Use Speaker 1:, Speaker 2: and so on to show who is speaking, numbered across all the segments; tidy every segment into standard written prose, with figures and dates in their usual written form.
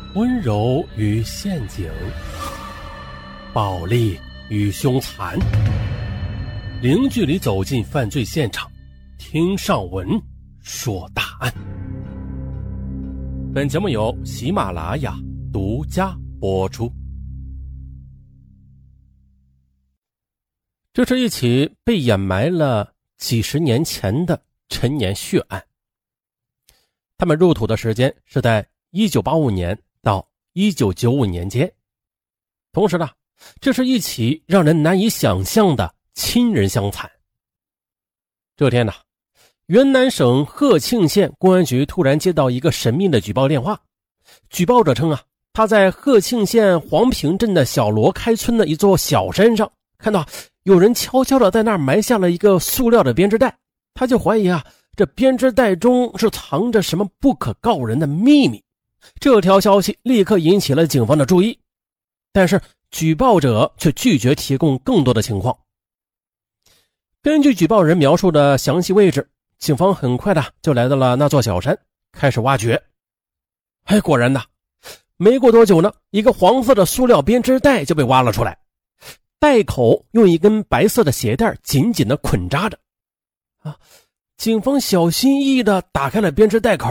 Speaker 1: 温柔与陷阱，暴力与凶残，零距离走进犯罪现场，听上文说大案。本节目由喜马拉雅独家播出。这是一起被掩埋了几十年前的陈年血案。他们入土的时间是在1985年到1995年间。同时呢，这是一起让人难以想象的亲人相残。这天呢，云南省鹤庆县公安局突然接到一个神秘的举报电话。举报者称他在鹤庆县黄坪镇的小罗开村的一座小山上看到有人悄悄地在那儿埋下了一个塑料的编织袋，他就怀疑这编织袋中是藏着什么不可告人的秘密。这条消息立刻引起了警方的注意，但是举报者却拒绝提供更多的情况。根据举报人描述的详细位置，警方很快的就来到了那座小山，开始挖掘。果然没过多久呢，一个黄色的塑料编织袋就被挖了出来，袋口用一根白色的鞋带紧紧的捆扎着。警方小心翼翼的打开了编织袋口。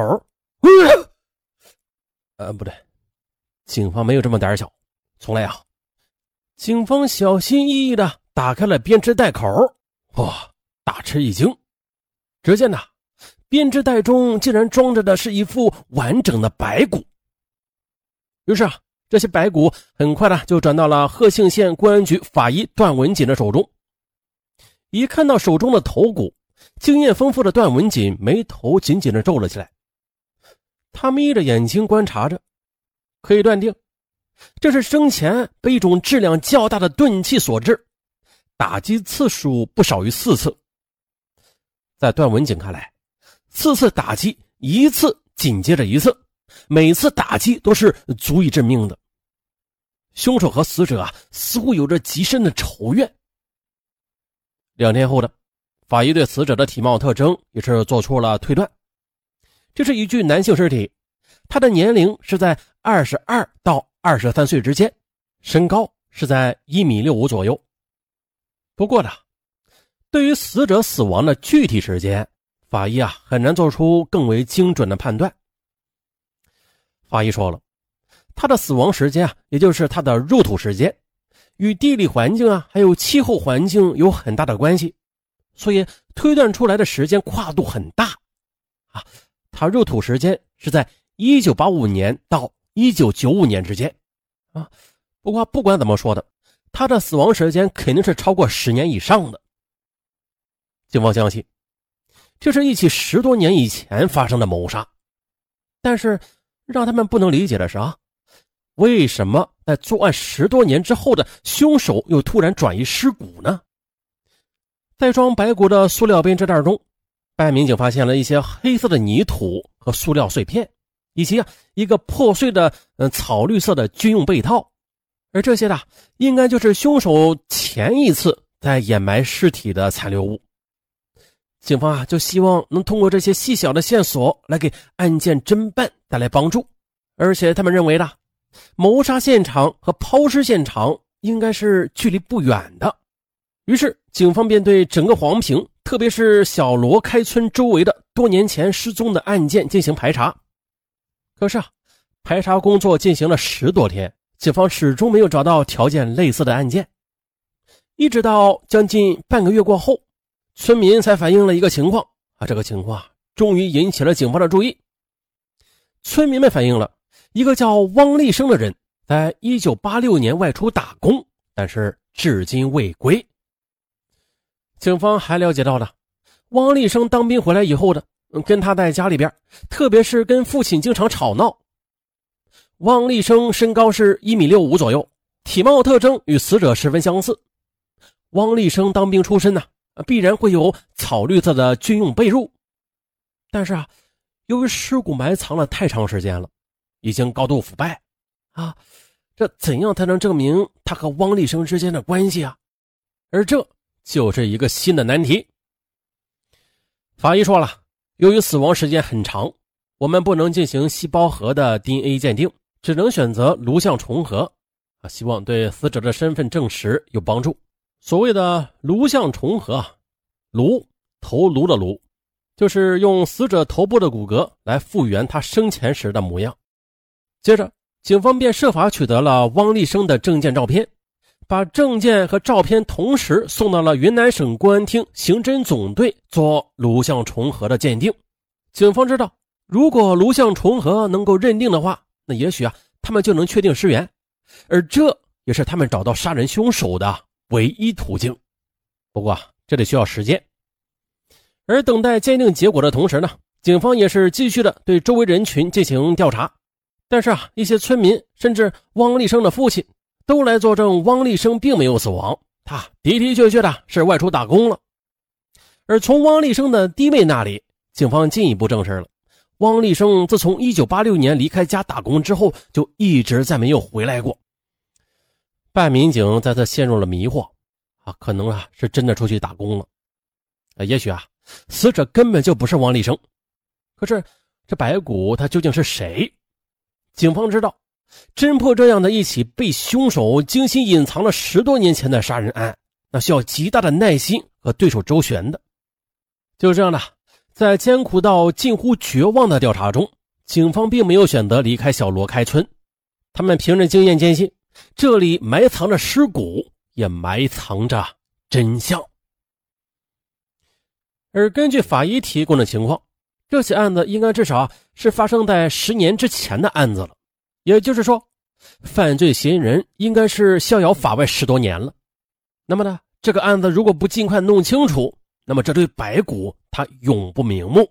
Speaker 1: 不对，警方没有这么胆小。重来警方小心翼翼的打开了编织袋口。大吃一惊，只见编织袋中竟然装着的是一副完整的白骨。于是这些白骨很快就转到了鹤庆县公安局法医段文锦的手中。一看到手中的头骨，经验丰富的段文锦眉头紧紧地皱了起来。他眯着眼睛观察着，可以断定这是生前被一种质量较大的钝器所致，打击次数不少于4次。在段文锦看来，4次打击一次紧接着一次，每次打击都是足以致命的。凶手和死者似乎有着极深的仇怨。2天后法医对死者的体貌特征也是做出了推断。这是一具男性尸体，他的年龄是在22到23岁之间，身高是在1.65米左右。不过对于死者死亡的具体时间，法医很难做出更为精准的判断。法医说了，他的死亡时间也就是他的入土时间，与地理环境还有气候环境有很大的关系，所以推断出来的时间跨度很大他入土时间是在1985年到1995年之间不过不管怎么说的，他的死亡时间肯定是超过10年以上的。警方相信这是一起10多年以前发生的谋杀，但是让他们不能理解的是为什么在作案10多年之后的凶手又突然转移尸骨呢？在装白骨的塑料编织袋中，办案民警发现了一些黑色的泥土和塑料碎片，以及一个破碎的草绿色的军用被套，而这些应该就是凶手前一次在掩埋尸体的残留物。警方就希望能通过这些细小的线索来给案件侦办带来帮助，而且他们认为谋杀现场和抛尸现场应该是距离不远的。于是警方便对整个黄坪，特别是小罗开村周围的多年前失踪的案件进行排查。可是排查工作进行了10多天，警方始终没有找到条件类似的案件。一直到将近半个月过后，村民才反映了一个情况这个情况终于引起了警方的注意。村民们反映了一个叫汪立生的人在1986年外出打工，但是至今未归。警方还了解到汪立生当兵回来以后跟他在家里边，特别是跟父亲经常吵闹。汪立生身高是1.65米左右，体貌特征与死者十分相似。汪立生当兵出身必然会有草绿色的军用被褥，但是由于尸骨埋藏了太长时间了，已经高度腐败这怎样才能证明他和汪立生之间的关系而这就是一个新的难题。法医说了，由于死亡时间很长，我们不能进行细胞核的 DNA 鉴定， 只能选择颅相重合，希望对死者的身份证实有帮助。所谓的颅相重合，颅，头颅的颅，就是用死者头部的骨骼来复原他生前时的模样。接着警方便设法取得了汪立生的证件照片，把证件和照片同时送到了云南省公安厅刑侦总队做颅相重合的鉴定。警方知道，如果颅相重合能够认定的话，那也许他们就能确定尸源，而这也是他们找到杀人凶手的唯一途径。不过这里需要时间。而等待鉴定结果的同时呢，警方也是继续的对周围人群进行调查。但是一些村民甚至汪立生的父亲都来作证，汪立生并没有死亡，他的的确确的是外出打工了。而从汪立生的弟妹那里，警方进一步证实了，汪立生自从1986年离开家打工之后，就一直再没有回来过。办案民警再次陷入了迷惑，可能是真的出去打工了。也许死者根本就不是汪立生。可是这白骨他究竟是谁？警方知道，侦破这样的一起被凶手精心隐藏了10多年前的杀人案，那需要极大的耐心和对手周旋的。就这样的，在艰苦到近乎绝望的调查中，警方并没有选择离开小罗开村。他们凭着经验坚信，这里埋藏着尸骨，也埋藏着真相。而根据法医提供的情况，这起案子应该至少是发生在10年之前的案子了。也就是说，犯罪嫌疑人应该是逍遥法外10多年了。那么呢，这个案子如果不尽快弄清楚，那么这对白骨他永不瞑目。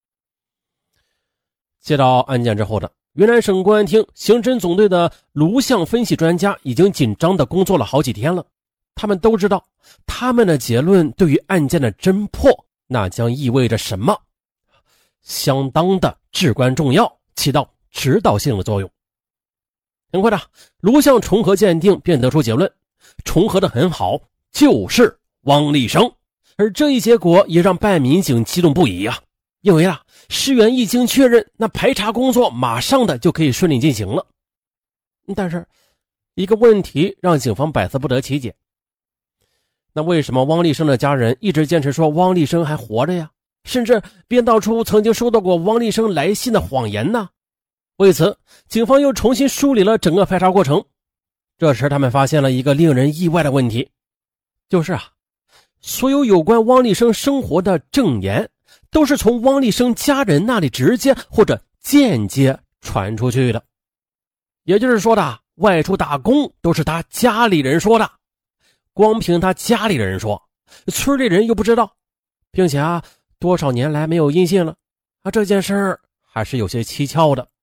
Speaker 1: 接到案件之后的云南省公安厅刑侦总队的颅相分析专家已经紧张地工作了好几天了。他们都知道，他们的结论对于案件的侦破那将意味着什么，相当的至关重要，起到指导性的作用。很快的，颅相重合鉴定便得出结论，重合的很好，就是汪立生。而这一结果也让办案民警激动不已因为尸源一经确认，那排查工作马上的就可以顺利进行了。但是一个问题让警方百思不得其解，那为什么汪立生的家人一直坚持说汪立生还活着呀？甚至编造出曾经收到过汪立生来信的谎言呢？为此，警方又重新梳理了整个排查过程。这时他们发现了一个令人意外的问题，就是所有有关汪立生生活的证言都是从汪立生家人那里直接或者间接传出去的。也就是说的，外出打工都是他家里人说的，光凭他家里人说，村里人又不知道，并且多少年来没有音信了这件事儿还是有些蹊跷的。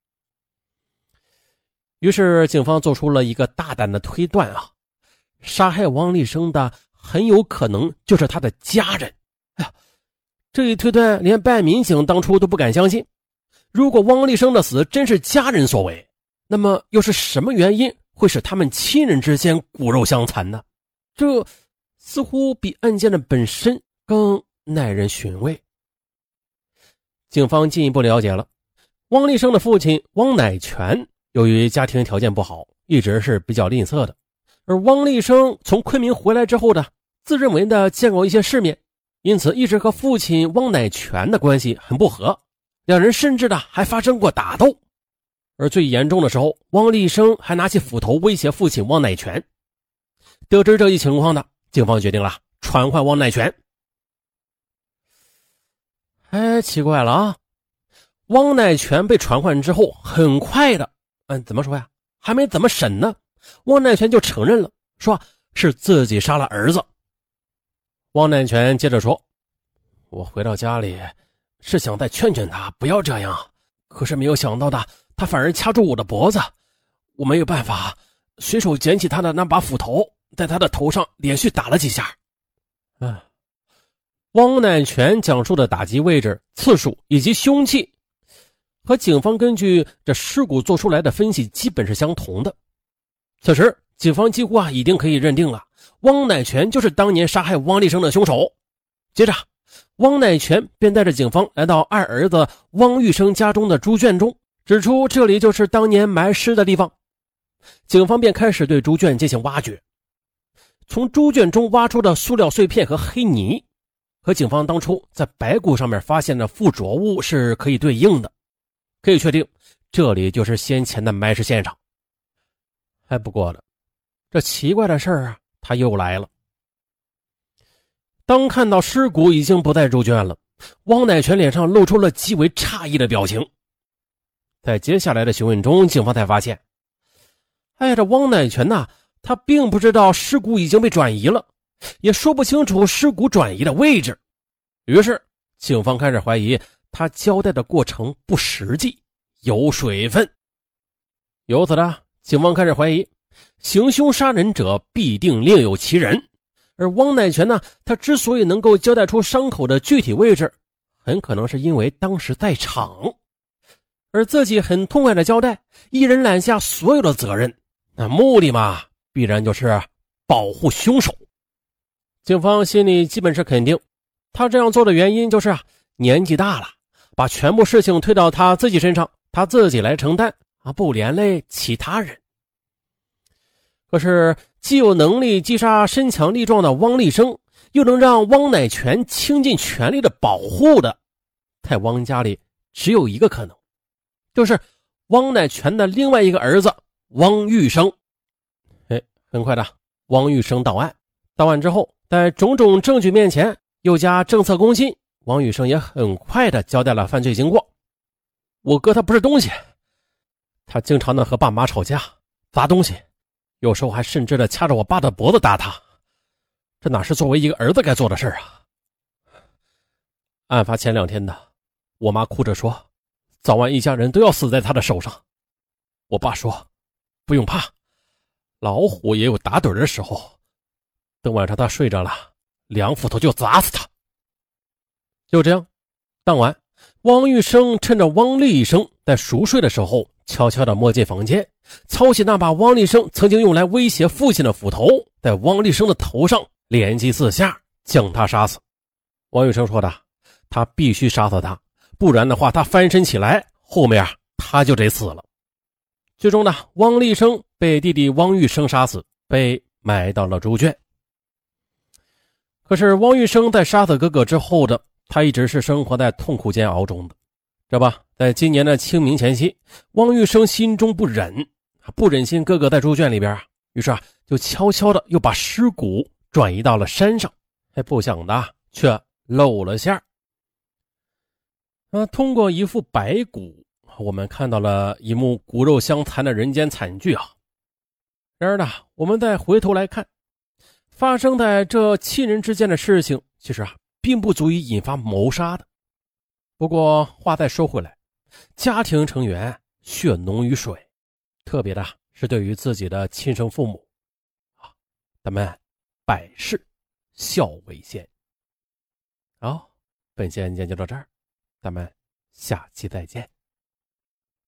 Speaker 1: 于是警方做出了一个大胆的推断杀害汪立生的很有可能就是他的家人。这一推断连办案民警当初都不敢相信。如果汪立生的死真是家人所为，那么又是什么原因会使他们亲人之间骨肉相残呢？这似乎比案件的本身更耐人寻味。警方进一步了解了，汪立生的父亲汪乃全由于家庭条件不好，一直是比较吝啬的。而汪立生从昆明回来之后自认为见过一些世面，因此一直和父亲汪乃全的关系很不和，两人甚至还发生过打斗。而最严重的时候，汪立生还拿起斧头威胁父亲汪乃全。得知这一情况警方决定了传唤汪乃全。奇怪了汪乃全被传唤之后，很快的怎么说呀，还没怎么审呢，汪乃全就承认了，说是自己杀了儿子。汪乃全接着说，我回到家里是想再劝劝他不要这样，可是没有想到他反而掐住我的脖子，我没有办法，随手捡起他的那把斧头，在他的头上连续打了几下。汪乃全讲述的打击位置、次数以及凶器和警方根据这尸骨做出来的分析基本是相同的。此时警方几乎已经可以认定了汪乃全就是当年杀害汪立生的凶手。接着汪乃全便带着警方来到二儿子汪玉生家中的猪圈中， 指出这里就是当年埋尸的地方。警方便开始对猪圈进行挖掘。从猪圈中挖出的塑料碎片和黑泥，和警方当初在白骨上面发现的附着物是可以对应的，可以确定这里就是先前的埋尸现场。不过了，这奇怪的事儿啊，它又来了。当看到尸骨已经不在猪圈了，汪乃全脸上露出了极为诧异的表情。在接下来的询问中，警方才发现，这汪乃全呐，他并不知道尸骨已经被转移了，也说不清楚尸骨转移的位置。于是警方开始怀疑他交代的过程不实际，有水分。由此呢，警方开始怀疑行凶杀人者必定另有其人，而汪乃全呢，他之所以能够交代出伤口的具体位置，很可能是因为当时在场，而自己很痛快的交代，一人揽下所有的责任，那目的嘛，必然就是保护凶手。警方心里基本是肯定，他这样做的原因就是年纪大了，把全部事情推到他自己身上，他自己来承担不连累其他人。可是既有能力击杀身强力壮的汪立生，又能让汪乃全倾尽全力的保护的，在汪家里只有一个可能，就是汪乃全的另外一个儿子汪玉生。很快的，汪玉生到案。到案之后，在种种证据面前，又加政策攻心，汪玉生也很快的交代了犯罪经过。我哥他不是东西，他经常的和爸妈吵架，砸东西，有时候还甚至的掐着我爸的脖子打他，这哪是作为一个儿子该做的事啊。案发前2天的，我妈哭着说，早晚一家人都要死在他的手上。我爸说，不用怕，老虎也有打盹的时候，等晚上他睡着了，2斧头就砸死他。就这样，当晚汪玉生趁着汪立生在熟睡的时候，悄悄地摸进房间，操起那把汪立生曾经用来威胁父亲的斧头，在汪立生的头上连击4下，将他杀死。汪玉生说的，他必须杀死他，不然的话他翻身起来，后面他就得死了。最终呢，汪立生被弟弟汪玉生杀死，被埋到了猪圈。可是汪玉生在杀死哥哥之后的，他一直是生活在痛苦煎熬中的。这不，在今年的清明前夕，汪玉生心中不忍心哥哥在猪圈里边，于是就悄悄的又把尸骨转移到了山上，不想的却露了馅儿。通过一副白骨，我们看到了一幕骨肉相残的人间惨剧啊。然而呢，我们再回头来看，发生在这亲人之间的事情，其实并不足以引发谋杀的。不过话再说回来，家庭成员血浓于水，特别的是对于自己的亲生父母咱们百事孝为先。好，本期案件就到这儿，咱们下期再见。